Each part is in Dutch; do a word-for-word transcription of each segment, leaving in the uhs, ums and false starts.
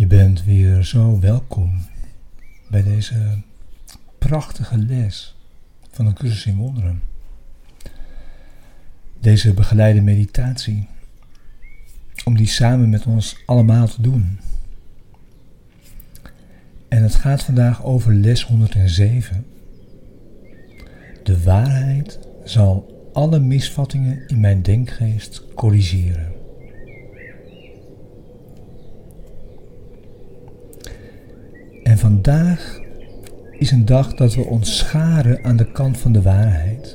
Je bent weer zo welkom bij deze prachtige les van een cursus in wonderen. Deze begeleide meditatie, om die samen met ons allemaal te doen. En het gaat vandaag over les honderdzeven. De waarheid zal alle misvattingen in mijn denkgeest corrigeren. En vandaag is een dag dat we ons scharen aan de kant van de waarheid.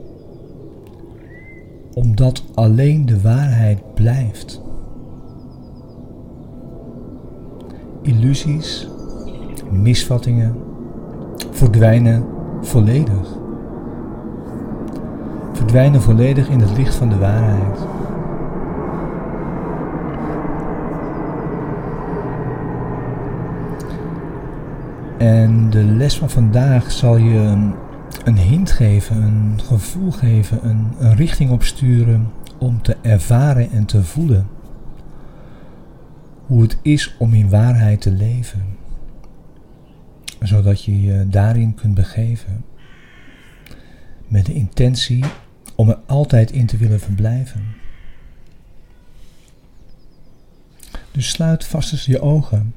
Omdat alleen de waarheid blijft. Illusies, misvattingen verdwijnen volledig. Verdwijnen volledig in het licht van de waarheid. En de les van vandaag zal je een, een hint geven, een gevoel geven, een, een richting opsturen om te ervaren en te voelen hoe het is om in waarheid te leven. Zodat je je daarin kunt begeven met de intentie om er altijd in te willen verblijven. Dus sluit vast eens je ogen.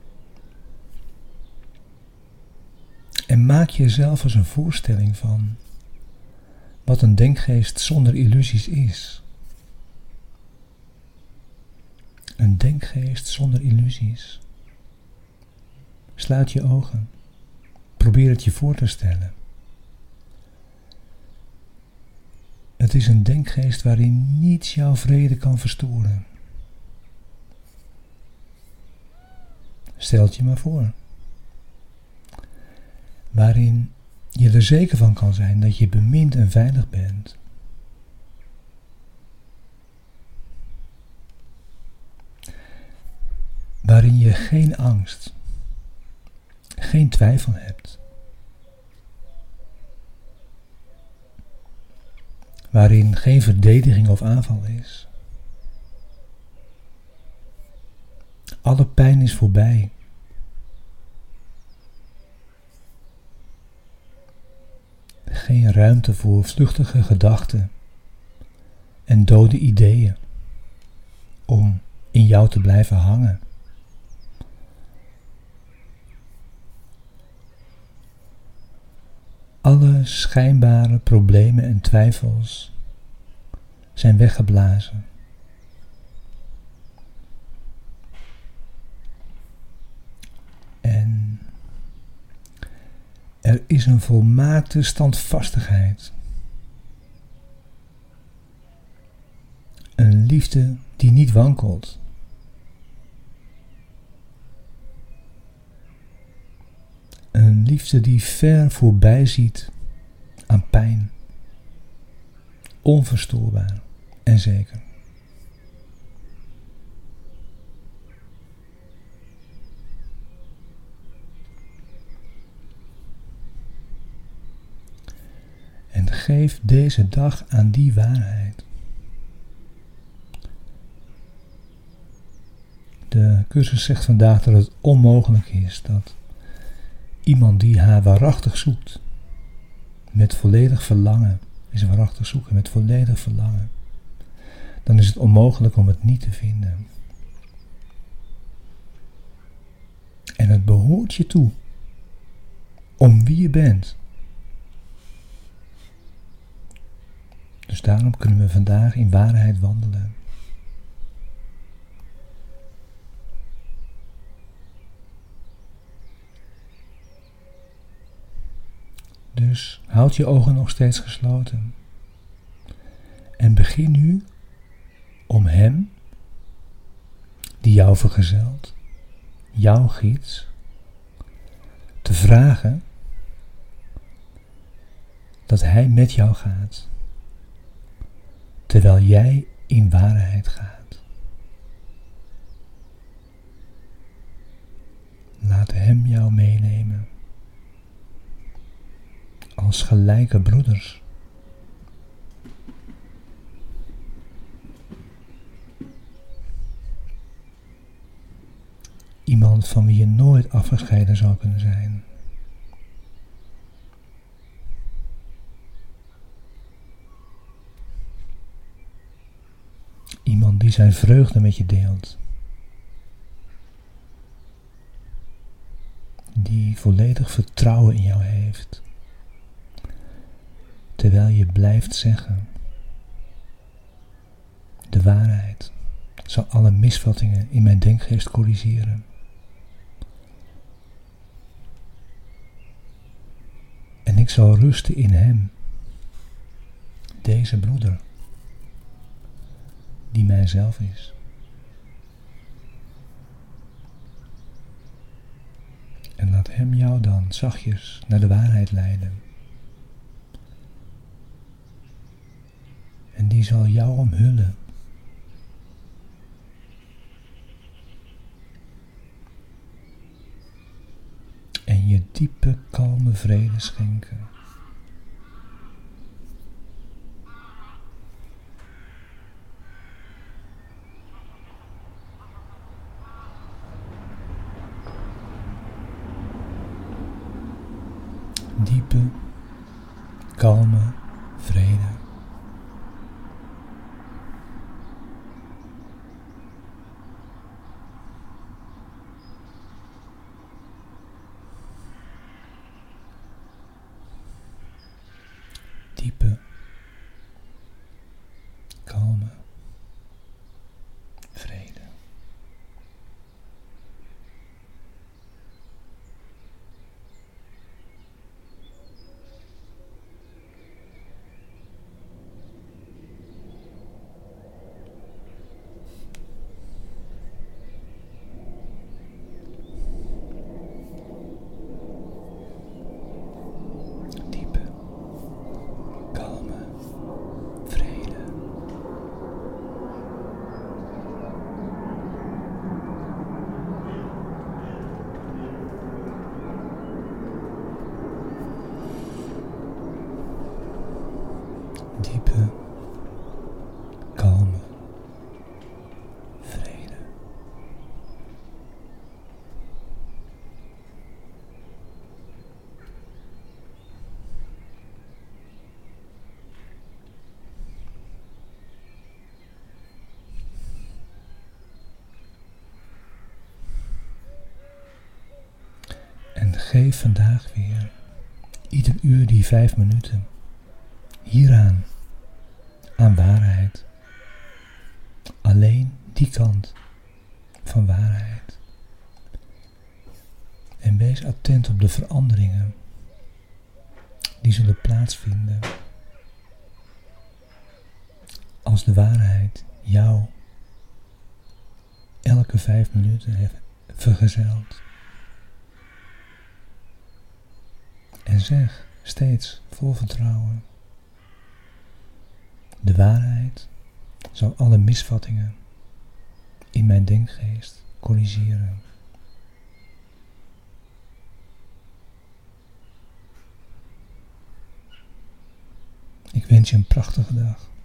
En maak jezelf eens een voorstelling van wat een denkgeest zonder illusies is. Een denkgeest zonder illusies. Sluit je ogen. Probeer het je voor te stellen. Het is een denkgeest waarin niets jouw vrede kan verstoren. Stel het je maar voor. Waarin je er zeker van kan zijn dat je bemind en veilig bent. Waarin je geen angst, geen twijfel hebt. Waarin geen verdediging of aanval is. Alle pijn is voorbij. Geen ruimte voor vluchtige gedachten en dode ideeën om in jou te blijven hangen. Alle schijnbare problemen en twijfels zijn weggeblazen. En er is een volmaakte standvastigheid. Een liefde die niet wankelt. Een liefde die ver voorbij ziet aan pijn. Onverstoorbaar en zeker. En geef deze dag aan die waarheid. De cursus zegt vandaag dat het onmogelijk is dat iemand die haar waarachtig zoekt, met volledig verlangen, is waarachtig zoeken met volledig verlangen, dan is het onmogelijk om het niet te vinden. En het behoort je toe, om wie je bent. Dus daarom kunnen we vandaag in waarheid wandelen. Dus houd je ogen nog steeds gesloten. En begin nu om hem, die jou vergezelt, jouw gids, te vragen dat hij met jou gaat, terwijl jij in waarheid gaat. Laat hem jou meenemen. Als gelijke broeders. Iemand Iemand van wie je nooit afgescheiden zou kunnen zijn. Iemand die zijn vreugde met je deelt. Die volledig vertrouwen in jou heeft. Terwijl je blijft zeggen: de waarheid zal alle misvattingen in mijn denkgeest corrigeren. En ik zal rusten in hem, deze broeder, die mijzelf is. En laat hem jou dan zachtjes naar de waarheid leiden. En die zal jou omhullen. En je diepe, kalme vrede schenken. Diepe, kalme vrede. Diepe, kalme vrede. Diepe, kalme vrede. En geef vandaag weer ieder uur die vijf minuten hieraan, aan waarheid. Alleen die kant van waarheid. En wees attent op de veranderingen die zullen plaatsvinden als de waarheid jou elke vijf minuten heeft vergezeld. En zeg steeds vol vertrouwen: de waarheid zal alle misvattingen in mijn denkgeest corrigeren. Ik wens je een prachtige dag.